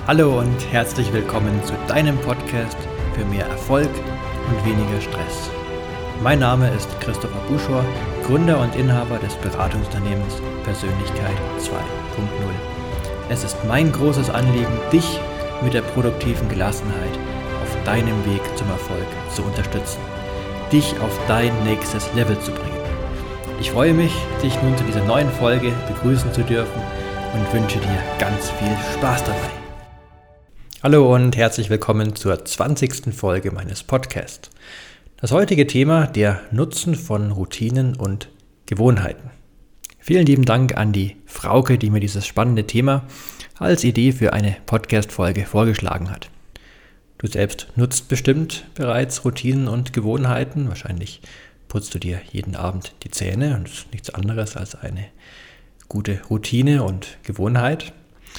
Hallo und herzlich willkommen zu deinem Podcast für mehr Erfolg und weniger Stress. Mein Name ist Christopher Buschor, Gründer und Inhaber des Beratungsunternehmens Persönlichkeit 2.0. Es ist mein großes Anliegen, dich mit der produktiven Gelassenheit auf deinem Weg zum Erfolg zu unterstützen, dich auf dein nächstes Level zu bringen. Ich freue mich, dich nun zu dieser neuen Folge begrüßen zu dürfen und wünsche dir ganz viel Spaß dabei. Hallo und herzlich willkommen zur 20. Folge meines Podcasts. Das heutige Thema: der Nutzen von Routinen und Gewohnheiten. Vielen lieben Dank an die Frauke, die mir dieses spannende Thema als Idee für eine Podcast-Folge vorgeschlagen hat. Du selbst nutzt bestimmt bereits Routinen und Gewohnheiten. Wahrscheinlich putzt du dir jeden Abend die Zähne und das ist nichts anderes als eine gute Routine und Gewohnheit.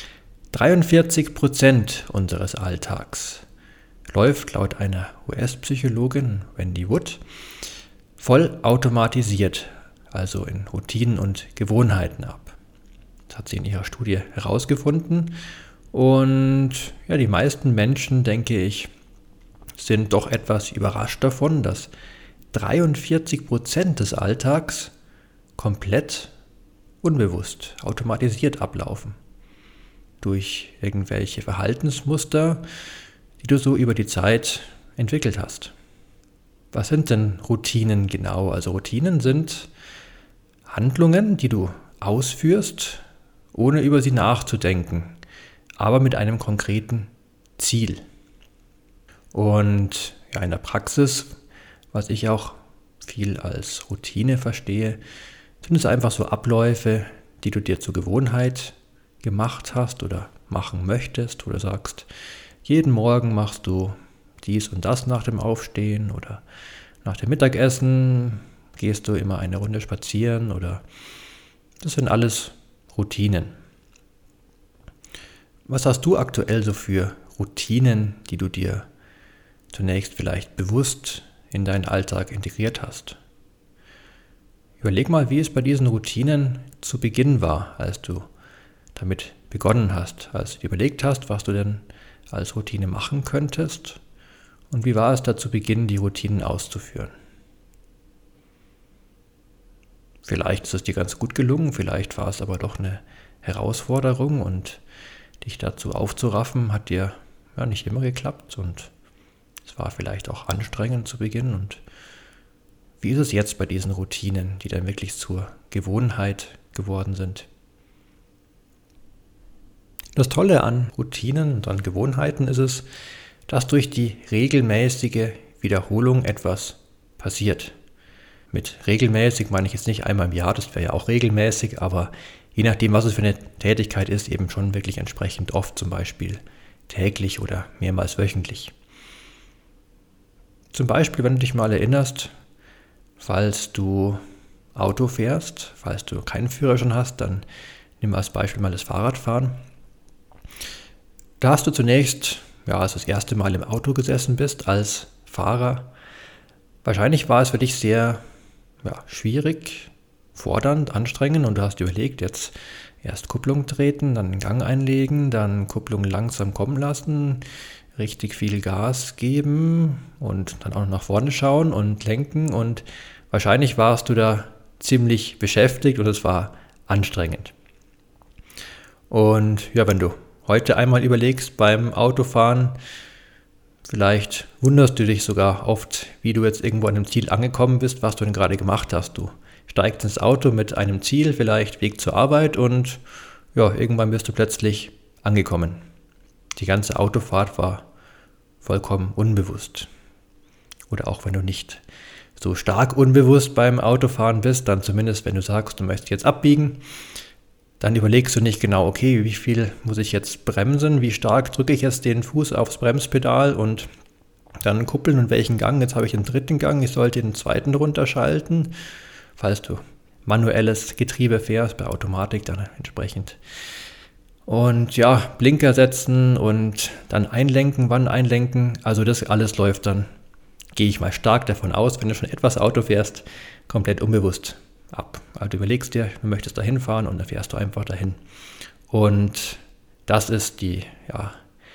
43% unseres Alltags läuft laut einer US-Psychologin Wendy Wood voll automatisiert, also in Routinen und Gewohnheiten ab. Das hat sie in ihrer Studie herausgefunden und ja, die meisten Menschen, denke ich, sind doch etwas überrascht davon, dass 43% des Alltags komplett unbewusst, automatisiert ablaufen. Durch irgendwelche Verhaltensmuster, die du so über die Zeit entwickelt hast. Was sind denn Routinen genau? Also Routinen sind Handlungen, die du ausführst, ohne über sie nachzudenken, aber mit einem konkreten Ziel. Und ja, in der Praxis, was ich auch viel als Routine verstehe, sind es einfach so Abläufe, die du dir zur Gewohnheit gemacht hast oder machen möchtest, oder sagst, jeden Morgen machst du dies und das nach dem Aufstehen oder nach dem Mittagessen gehst du immer eine Runde spazieren, oder das sind alles Routinen. Was hast du aktuell so für Routinen, die du dir zunächst vielleicht bewusst in deinen Alltag integriert hast? Überleg mal, wie es bei diesen Routinen zu Beginn war, als du damit begonnen hast, als du dir überlegt hast, was du denn als Routine machen könntest, und wie war es da zu Beginn, die Routinen auszuführen. Vielleicht ist es dir ganz gut gelungen, vielleicht war es aber doch eine Herausforderung, und dich dazu aufzuraffen hat dir ja nicht immer geklappt, und es war vielleicht auch anstrengend zu Beginn. Und wie ist es jetzt bei diesen Routinen, die dann wirklich zur Gewohnheit geworden sind? Das Tolle an Routinen und an Gewohnheiten ist es, dass durch die regelmäßige Wiederholung etwas passiert. Mit regelmäßig meine ich jetzt nicht einmal im Jahr, das wäre ja auch regelmäßig, aber je nachdem, was es für eine Tätigkeit ist, eben schon wirklich entsprechend oft, zum Beispiel täglich oder mehrmals wöchentlich. Zum Beispiel, wenn du dich mal erinnerst, falls du Auto fährst, falls du keinen Führerschein hast, dann nimm als Beispiel mal das Fahrradfahren. Da hast du zunächst, als du das erste Mal im Auto gesessen bist als Fahrer, wahrscheinlich war es für dich sehr schwierig, fordernd, anstrengend, und du hast dir überlegt, jetzt erst Kupplung treten, dann den Gang einlegen, dann Kupplung langsam kommen lassen, richtig viel Gas geben und dann auch noch nach vorne schauen und lenken, und wahrscheinlich warst du da ziemlich beschäftigt und es war anstrengend. Und ja, wenn du heute einmal überlegst beim Autofahren, vielleicht wunderst du dich sogar oft, wie du jetzt irgendwo an einem Ziel angekommen bist, was du denn gerade gemacht hast. Du steigst ins Auto mit einem Ziel, vielleicht Weg zur Arbeit, und irgendwann bist du plötzlich angekommen. Die ganze Autofahrt war vollkommen unbewusst. Oder auch wenn du nicht so stark unbewusst beim Autofahren bist, dann zumindest, wenn du sagst, du möchtest jetzt abbiegen, dann überlegst du nicht genau, okay, wie viel muss ich jetzt bremsen, wie stark drücke ich jetzt den Fuß aufs Bremspedal und dann kuppeln und welchen Gang. Jetzt habe ich den dritten Gang, ich sollte den zweiten runterschalten, falls du manuelles Getriebe fährst, bei Automatik dann entsprechend. Und Blinker setzen und dann einlenken, wann einlenken, also das alles läuft dann, gehe ich mal stark davon aus, wenn du schon etwas Auto fährst, komplett unbewusst ab. Also du überlegst dir, du möchtest da hinfahren und dann fährst du einfach dahin. Und das ist die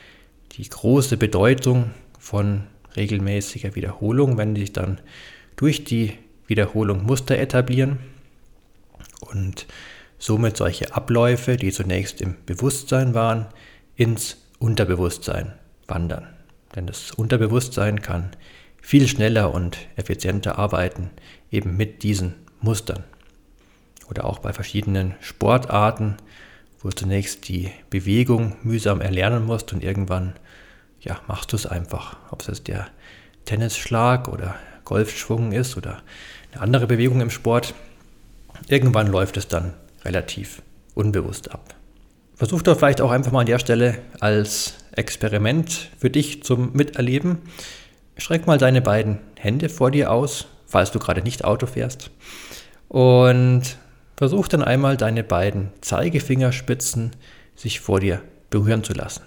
die große Bedeutung von regelmäßiger Wiederholung, wenn sich dann durch die Wiederholung Muster etablieren und somit solche Abläufe, die zunächst im Bewusstsein waren, ins Unterbewusstsein wandern. Denn das Unterbewusstsein kann viel schneller und effizienter arbeiten, eben mit diesen Mustern. Oder auch bei verschiedenen Sportarten, wo du zunächst die Bewegung mühsam erlernen musst und irgendwann machst du es einfach. Ob es jetzt der Tennisschlag oder Golfschwung ist oder eine andere Bewegung im Sport. Irgendwann läuft es dann relativ unbewusst ab. Versuch doch vielleicht auch einfach mal an der Stelle als Experiment für dich zum Miterleben. Streck mal deine beiden Hände vor dir aus, falls du gerade nicht Auto fährst. Und versuch dann einmal deine beiden Zeigefingerspitzen sich vor dir berühren zu lassen.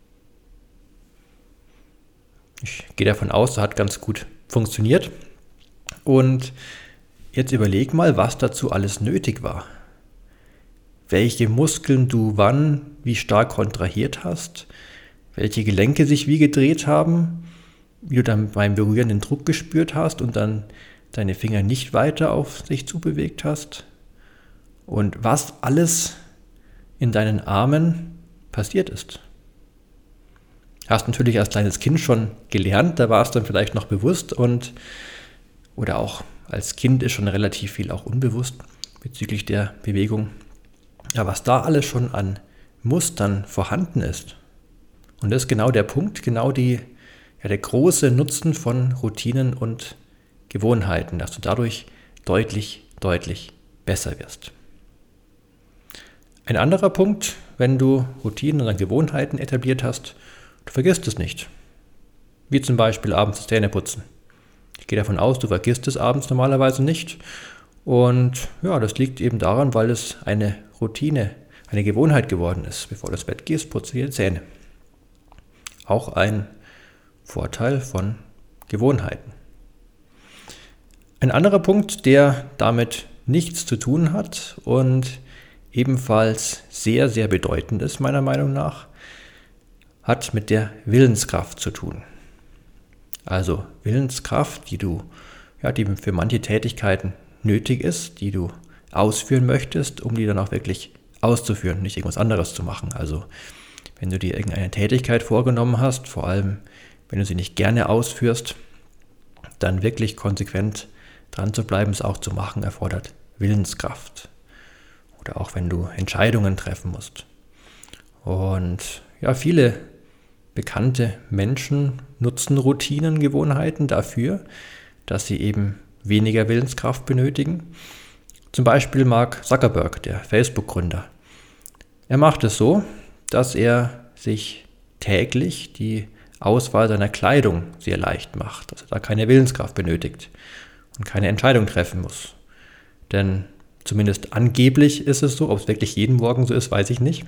Ich gehe davon aus, das hat ganz gut funktioniert. Und jetzt überleg mal, was dazu alles nötig war. Welche Muskeln du wann wie stark kontrahiert hast, welche Gelenke sich wie gedreht haben, wie du dann beim Berühren den Druck gespürt hast und dann deine Finger nicht weiter auf sich zubewegt hast und was alles in deinen Armen passiert ist. Hast natürlich als kleines Kind schon gelernt, da war es dann vielleicht noch bewusst oder auch als Kind ist schon relativ viel auch unbewusst bezüglich der Bewegung. Ja, was da alles schon an Mustern vorhanden ist. Und das ist genau der Punkt, genau der große Nutzen von Routinen und Gewohnheiten, dass du dadurch deutlich besser wirst. Ein anderer Punkt, wenn du Routinen und Gewohnheiten etabliert hast, du vergisst es nicht. Wie zum Beispiel abends das Zähneputzen. Ich gehe davon aus, du vergisst es abends normalerweise nicht. Und das liegt eben daran, weil es eine Routine, eine Gewohnheit geworden ist. Bevor du ins Bett gehst, putze dir die Zähne. Auch ein Vorteil von Gewohnheiten. Ein anderer Punkt, der damit nichts zu tun hat und ebenfalls sehr, sehr bedeutend ist, meiner Meinung nach, hat mit der Willenskraft zu tun. Also Willenskraft, die für manche Tätigkeiten nötig ist, die du ausführen möchtest, um die dann auch wirklich auszuführen, nicht irgendwas anderes zu machen. Also wenn du dir irgendeine Tätigkeit vorgenommen hast, vor allem wenn du sie nicht gerne ausführst, dann wirklich konsequent dran zu bleiben, es auch zu machen, erfordert Willenskraft. Oder auch wenn du Entscheidungen treffen musst. Und viele bekannte Menschen nutzen Routinen, Gewohnheiten dafür, dass sie eben weniger Willenskraft benötigen. Zum Beispiel Mark Zuckerberg, der Facebook-Gründer. Er macht es so, dass er sich täglich die Auswahl seiner Kleidung sehr leicht macht, dass er da keine Willenskraft benötigt und keine Entscheidung treffen muss. Denn zumindest angeblich ist es so, ob es wirklich jeden Morgen so ist, weiß ich nicht.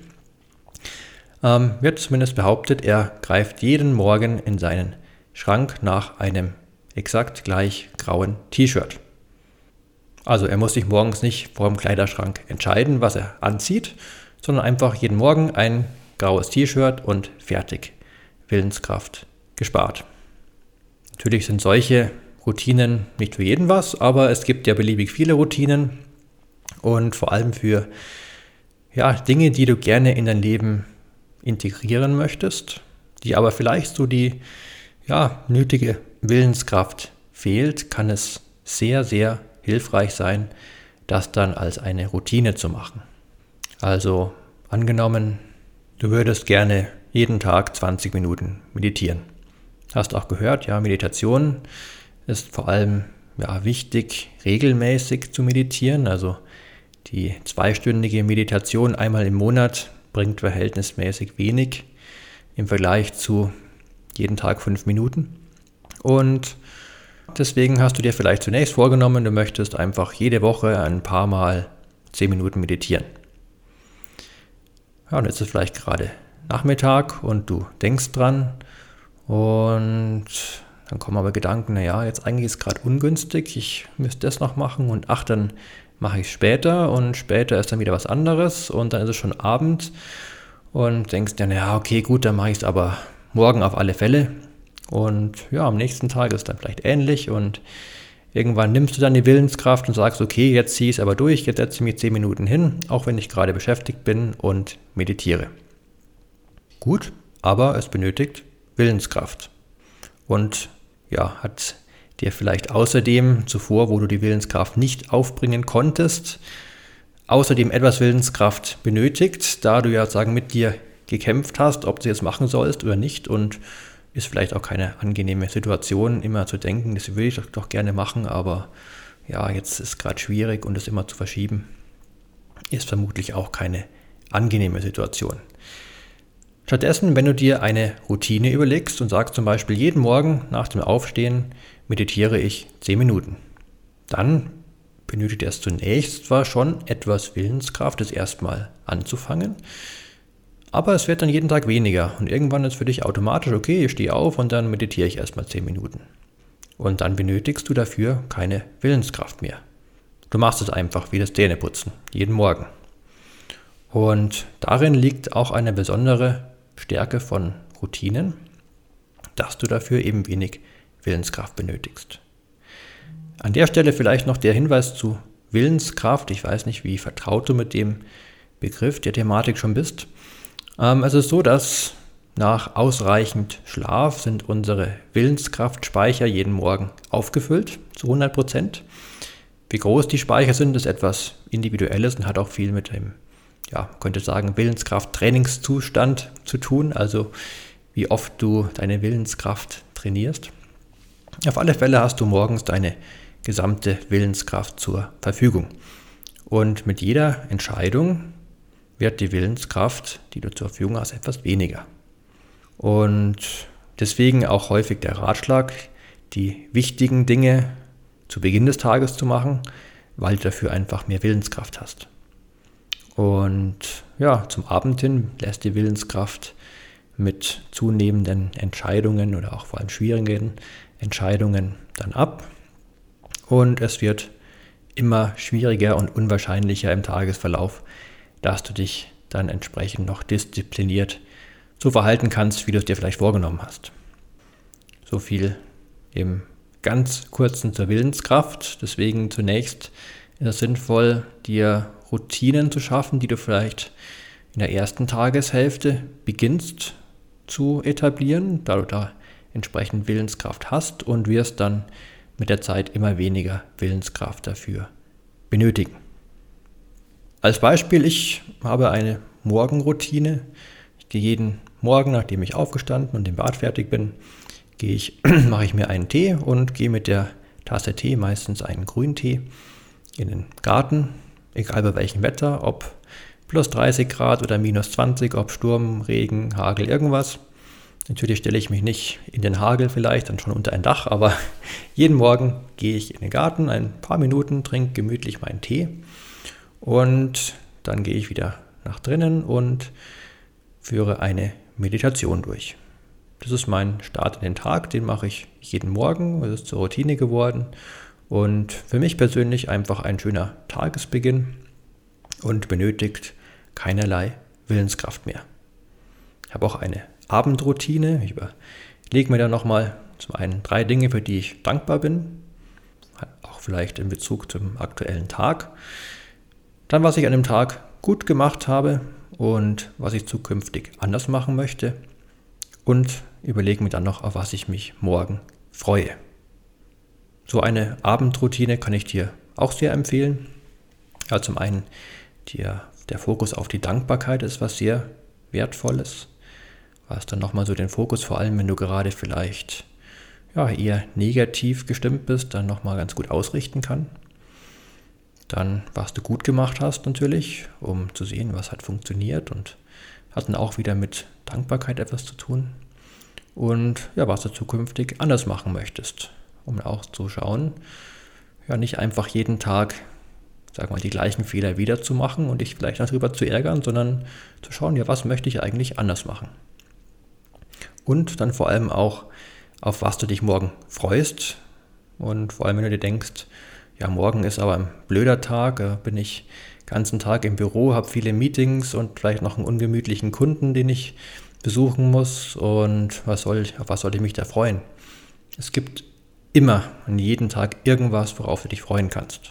Wird zumindest behauptet, er greift jeden Morgen in seinen Schrank nach einem exakt gleich grauen T-Shirt. Also er muss sich morgens nicht vor dem Kleiderschrank entscheiden, was er anzieht, sondern einfach jeden Morgen ein graues T-Shirt und fertig. Willenskraft gespart. Natürlich sind solche Routinen nicht für jeden was, aber es gibt ja beliebig viele Routinen und vor allem für Dinge, die du gerne in dein Leben integrieren möchtest, die aber vielleicht so die nötige Willenskraft fehlt, kann es sehr, sehr hilfreich sein, das dann als eine Routine zu machen. Also angenommen, du würdest gerne jeden Tag 20 Minuten meditieren. Hast auch gehört, Meditation ist vor allem wichtig, regelmäßig zu meditieren. Also die 2-stündige Meditation einmal im Monat bringt verhältnismäßig wenig im Vergleich zu jeden Tag 5 Minuten. Und deswegen hast du dir vielleicht zunächst vorgenommen, du möchtest einfach jede Woche ein paar Mal 10 Minuten meditieren. Und jetzt ist es vielleicht gerade Nachmittag und du denkst dran und dann kommen aber Gedanken, jetzt eigentlich ist es gerade ungünstig, ich müsste das noch machen und dann mache ich es später und später ist dann wieder was anderes und dann ist es schon Abend und denkst dann, okay, gut, dann mache ich es aber morgen auf alle Fälle. Und ja, am nächsten Tag ist dann vielleicht ähnlich und irgendwann nimmst du dann die Willenskraft und sagst, okay, jetzt ziehe ich es aber durch, jetzt setze ich mich 10 Minuten hin, auch wenn ich gerade beschäftigt bin und meditiere. Gut, aber es benötigt Willenskraft. Und ja, hat dir vielleicht außerdem zuvor, wo du die Willenskraft nicht aufbringen konntest, außerdem etwas Willenskraft benötigt, da du ja mit dir gekämpft hast, ob du jetzt machen sollst oder nicht, und ist vielleicht auch keine angenehme Situation, immer zu denken, das will ich doch gerne machen, aber ja, jetzt ist gerade schwierig und das immer zu verschieben, ist vermutlich auch keine angenehme Situation. Stattdessen, wenn du dir eine Routine überlegst und sagst zum Beispiel, jeden Morgen nach dem Aufstehen meditiere ich 10 Minuten, dann benötigt es zunächst zwar schon etwas Willenskraft, das erstmal anzufangen, aber es wird dann jeden Tag weniger und irgendwann ist für dich automatisch, okay, ich stehe auf und dann meditiere ich erstmal 10 Minuten. Und dann benötigst du dafür keine Willenskraft mehr. Du machst es einfach wie das Zähneputzen, jeden Morgen. Und darin liegt auch eine besondere Stärke von Routinen, dass du dafür eben wenig Willenskraft benötigst. An der Stelle vielleicht noch der Hinweis zu Willenskraft. Ich weiß nicht, wie vertraut du mit dem Begriff der Thematik schon bist. Es ist so, dass nach ausreichend Schlaf sind unsere Willenskraftspeicher jeden Morgen aufgefüllt zu 100%. Wie groß die Speicher sind, ist etwas Individuelles und hat auch viel mit dem, ja, man könnte sagen, Willenskraft-Trainingszustand zu tun, also wie oft du deine Willenskraft trainierst. Auf alle Fälle hast du morgens deine gesamte Willenskraft zur Verfügung. Und mit jeder Entscheidung wird die Willenskraft, die du zur Verfügung hast, etwas weniger. Und deswegen auch häufig der Ratschlag, die wichtigen Dinge zu Beginn des Tages zu machen, weil du dafür einfach mehr Willenskraft hast. Und ja, zum Abend hin lässt die Willenskraft mit zunehmenden Entscheidungen oder auch vor allem schwierigen Entscheidungen dann ab. Und es wird immer schwieriger und unwahrscheinlicher im Tagesverlauf, dass du dich dann entsprechend noch diszipliniert so verhalten kannst, wie du es dir vielleicht vorgenommen hast. So viel im ganz kurzen zur Willenskraft. Deswegen zunächst ist es sinnvoll, dir Routinen zu schaffen, die du vielleicht in der ersten Tageshälfte beginnst zu etablieren, da du da entsprechend Willenskraft hast und wirst dann mit der Zeit immer weniger Willenskraft dafür benötigen. Als Beispiel, ich habe eine Morgenroutine. Ich gehe jeden Morgen, nachdem ich aufgestanden und im Bad fertig bin, mache ich mir einen Tee und gehe mit der Tasse Tee, meistens einen Grüntee, in den Garten, egal bei welchem Wetter, ob plus 30 Grad oder minus 20, ob Sturm, Regen, Hagel, irgendwas. Natürlich stelle ich mich nicht in den Hagel vielleicht, dann schon unter ein Dach, aber jeden Morgen gehe ich in den Garten, ein paar Minuten, trinke gemütlich meinen Tee und dann gehe ich wieder nach drinnen und führe eine Meditation durch. Das ist mein Start in den Tag, den mache ich jeden Morgen, das ist zur Routine geworden und für mich persönlich einfach ein schöner Tagesbeginn und benötigt keinerlei Willenskraft mehr. Ich habe auch eine Abendroutine. Ich überlege mir dann nochmal zum einen 3 Dinge, für die ich dankbar bin, auch vielleicht in Bezug zum aktuellen Tag. Dann, was ich an dem Tag gut gemacht habe und was ich zukünftig anders machen möchte. Und überlege mir dann noch, auf was ich mich morgen freue. So eine Abendroutine kann ich dir auch sehr empfehlen. Ja, zum einen der Fokus auf die Dankbarkeit ist was sehr Wertvolles, was dann nochmal so den Fokus, vor allem wenn du gerade vielleicht eher negativ gestimmt bist, dann nochmal ganz gut ausrichten kann. Dann, was du gut gemacht hast natürlich, um zu sehen, was hat funktioniert und hat dann auch wieder mit Dankbarkeit etwas zu tun. Und was du zukünftig anders machen möchtest, um auch zu schauen, nicht einfach jeden Tag die gleichen Fehler wieder zu machen und dich vielleicht darüber zu ärgern, sondern zu schauen, was möchte ich eigentlich anders machen. Und dann vor allem auch, auf was du dich morgen freust. Und vor allem, wenn du dir denkst, morgen ist aber ein blöder Tag, bin ich den ganzen Tag im Büro, habe viele Meetings und vielleicht noch einen ungemütlichen Kunden, den ich besuchen muss und auf was soll ich mich da freuen? Es gibt immer an jedem Tag irgendwas, worauf du dich freuen kannst.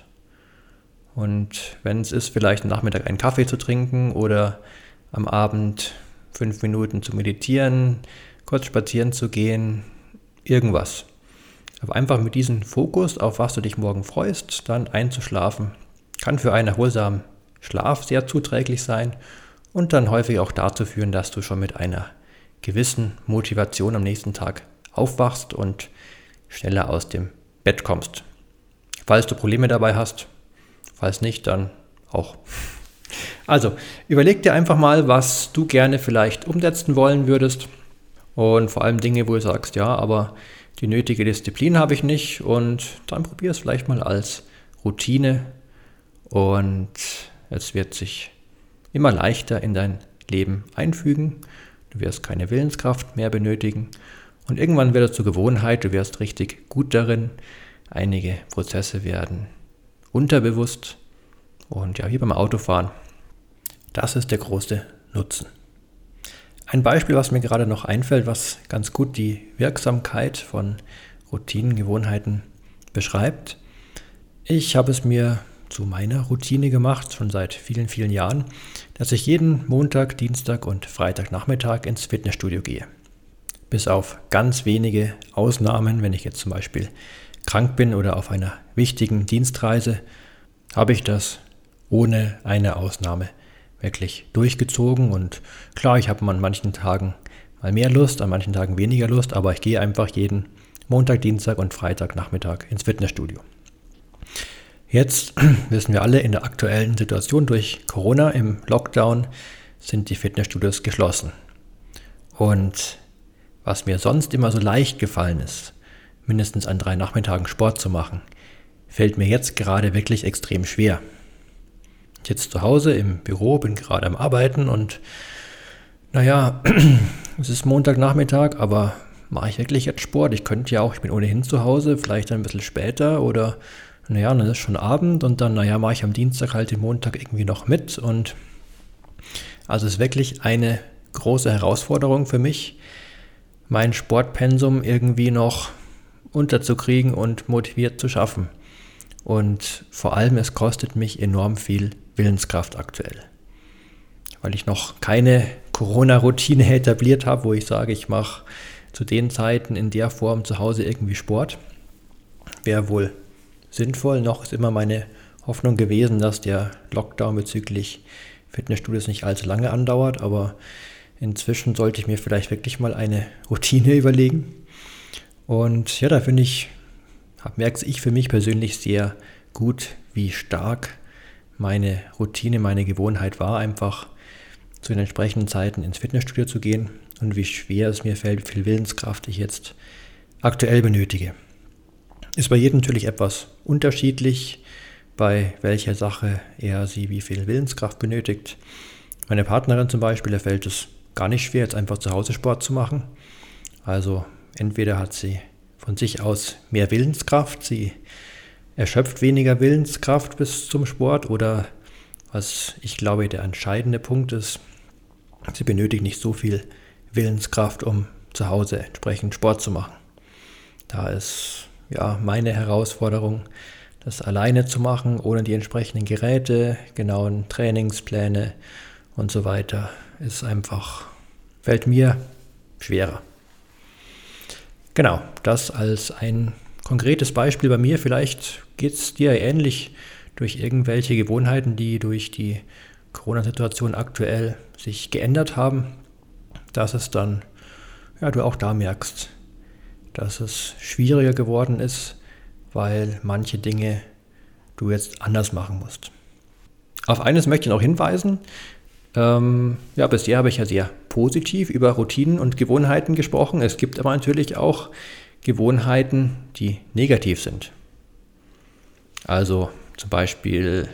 Und wenn es ist, vielleicht am Nachmittag einen Kaffee zu trinken oder am Abend 5 Minuten zu meditieren, kurz spazieren zu gehen, irgendwas. Aber einfach mit diesem Fokus, auf was du dich morgen freust, dann einzuschlafen, kann für einen erholsamen Schlaf sehr zuträglich sein und dann häufig auch dazu führen, dass du schon mit einer gewissen Motivation am nächsten Tag aufwachst und schneller aus dem Bett kommst. Falls du Probleme dabei hast, falls nicht, dann auch. Also, überleg dir einfach mal, was du gerne vielleicht umsetzen wollen würdest und vor allem Dinge, wo du sagst, ja, aber die nötige Disziplin habe ich nicht und dann probier es vielleicht mal als Routine und es wird sich immer leichter in dein Leben einfügen. Du wirst keine Willenskraft mehr benötigen und irgendwann wird es zur Gewohnheit, du wirst richtig gut darin. Einige Prozesse werden unterbewusst und ja, wie beim Autofahren. Das ist der große Nutzen. Ein Beispiel, was mir gerade noch einfällt, was ganz gut die Wirksamkeit von Routinen, Gewohnheiten beschreibt. Ich habe es mir zu meiner Routine gemacht, schon seit vielen, vielen Jahren, dass ich jeden Montag, Dienstag und Freitagnachmittag ins Fitnessstudio gehe. Bis auf ganz wenige Ausnahmen, wenn ich jetzt zum Beispiel krank bin oder auf einer wichtigen Dienstreise, habe ich das ohne eine Ausnahme wirklich durchgezogen. Und klar, ich habe an manchen Tagen mal mehr Lust, an manchen Tagen weniger Lust, aber ich gehe einfach jeden Montag, Dienstag und Freitagnachmittag ins Fitnessstudio. Jetzt wissen wir alle, in der aktuellen Situation durch Corona im Lockdown sind die Fitnessstudios geschlossen. Und was mir sonst immer so leicht gefallen ist, mindestens an 3 Nachmittagen Sport zu machen, fällt mir jetzt gerade wirklich extrem schwer. Ich sitze zu Hause im Büro, bin gerade am Arbeiten und naja, es ist Montagnachmittag, aber mache ich wirklich jetzt Sport? Ich könnte ja auch, ich bin ohnehin zu Hause, vielleicht ein bisschen später oder naja, dann ist schon Abend und dann, naja, mache ich am Dienstag halt den Montag irgendwie noch mit und also es ist wirklich eine große Herausforderung für mich, mein Sportpensum irgendwie noch unterzukriegen und motiviert zu schaffen. Und vor allem, es kostet mich enorm viel Willenskraft aktuell. Weil ich noch keine Corona-Routine etabliert habe, wo ich sage, ich mache zu den Zeiten in der Form zu Hause irgendwie Sport. Wäre wohl sinnvoll. Noch ist immer meine Hoffnung gewesen, dass der Lockdown bezüglich Fitnessstudios nicht allzu lange andauert, aber inzwischen sollte ich mir vielleicht mal eine Routine überlegen. Und ja, da merke ich für mich persönlich sehr gut, wie stark meine Routine, meine Gewohnheit war, einfach zu den entsprechenden Zeiten ins Fitnessstudio zu gehen und wie schwer es mir fällt, wie viel Willenskraft ich jetzt aktuell benötige. Ist bei jedem natürlich etwas unterschiedlich, bei welcher Sache er sie wie viel Willenskraft benötigt. Meine Partnerin zum Beispiel, der fällt es gar nicht schwer, jetzt einfach zu Hause Sport zu machen. Also entweder hat sie von sich aus mehr Willenskraft, sie erschöpft weniger Willenskraft bis zum Sport oder, was ich glaube der entscheidende Punkt ist, sie benötigt nicht so viel Willenskraft, um zu Hause entsprechend Sport zu machen. Da ist ja meine Herausforderung, das alleine zu machen, ohne die entsprechenden Geräte, genauen Trainingspläne und so weiter, fällt mir schwerer. Genau, das als ein konkretes Beispiel bei mir. Vielleicht geht es dir ähnlich durch irgendwelche Gewohnheiten, die durch die Corona-Situation aktuell sich geändert haben, dass es dann, ja, du auch da merkst, dass es schwieriger geworden ist, weil manche Dinge du jetzt anders machen musst. Auf eines möchte ich noch hinweisen. Bisher habe ich ja sehr positiv über Routinen und Gewohnheiten gesprochen. Es gibt aber natürlich auch Gewohnheiten, die negativ sind. Also zum Beispiel,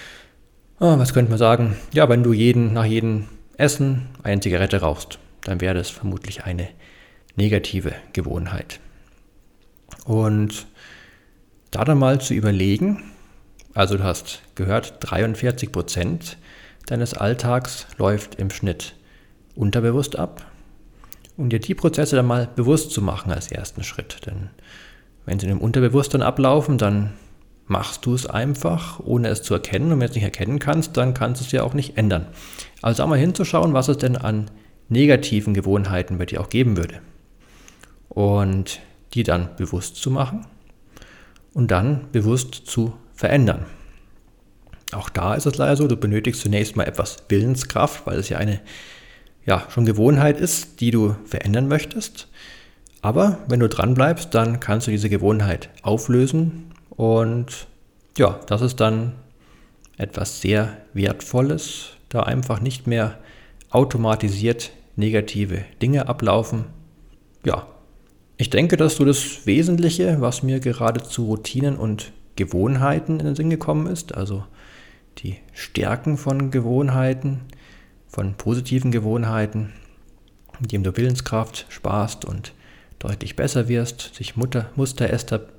was könnte man sagen? Ja, wenn du nach jedem Essen eine Zigarette rauchst, dann wäre das vermutlich eine negative Gewohnheit. Und da dann mal zu überlegen, also du hast gehört, 43% deines Alltags läuft im Schnitt unterbewusst ab. und dir die Prozesse dann mal bewusst zu machen als ersten Schritt. Denn wenn sie in dem Unterbewusstsein ablaufen, dann machst du es einfach, ohne es zu erkennen. Und wenn du es nicht erkennen kannst, dann kannst du es ja auch nicht ändern. Also auch mal hinzuschauen, was es denn an negativen Gewohnheiten bei dir auch geben würde. Und die dann bewusst zu machen und dann bewusst zu verändern. Auch da ist es leider so, du benötigst zunächst mal etwas Willenskraft, weil es ja eine schon Gewohnheit ist, die du verändern möchtest. Aber wenn du dran bleibst, dann kannst du diese Gewohnheit auflösen und das ist dann etwas sehr Wertvolles, da einfach nicht mehr automatisiert negative Dinge ablaufen. Ja, ich denke, dass du das Wesentliche, was mir gerade zu Routinen und Gewohnheiten in den Sinn gekommen ist, also die Stärken von Gewohnheiten, von positiven Gewohnheiten, indem du Willenskraft sparst und deutlich besser wirst, sich Muster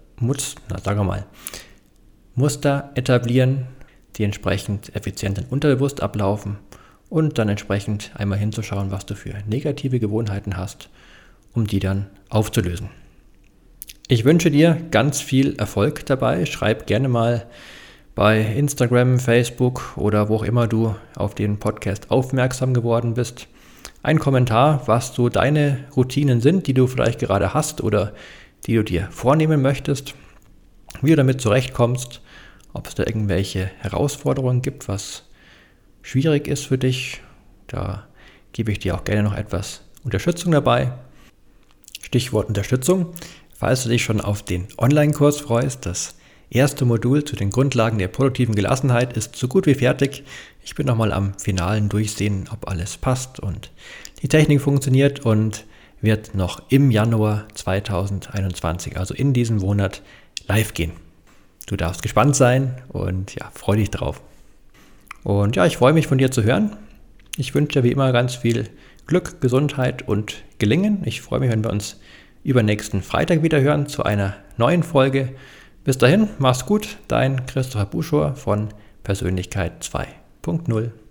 etablieren, die entsprechend effizient und unterbewusst ablaufen und dann entsprechend einmal hinzuschauen, was du für negative Gewohnheiten hast, um die dann aufzulösen. Ich wünsche dir ganz viel Erfolg dabei. Schreib gerne mal bei Instagram, Facebook oder wo auch immer du auf den Podcast aufmerksam geworden bist, einen Kommentar, was so deine Routinen sind, die du vielleicht gerade hast oder die du dir vornehmen möchtest, wie du damit zurechtkommst, ob es da irgendwelche Herausforderungen gibt, was schwierig ist für dich. Da gebe ich dir auch gerne noch etwas Unterstützung dabei. Stichwort Unterstützung. Falls du dich schon auf den Online-Kurs freust, das erste Modul zu den Grundlagen der produktiven Gelassenheit ist so gut wie fertig. Ich bin nochmal am finalen Durchsehen, ob alles passt und die Technik funktioniert und wird noch im Januar 2021, also in diesem Monat, live gehen. Du darfst gespannt sein und freu dich drauf. Und ich freue mich von dir zu hören. Ich wünsche dir wie immer ganz viel Glück, Gesundheit und Gelingen. Ich freue mich, wenn wir uns übernächsten Freitag wieder hören zu einer neuen Folge. Bis dahin, mach's gut, dein Christopher Buschor von Persönlichkeit 2.0.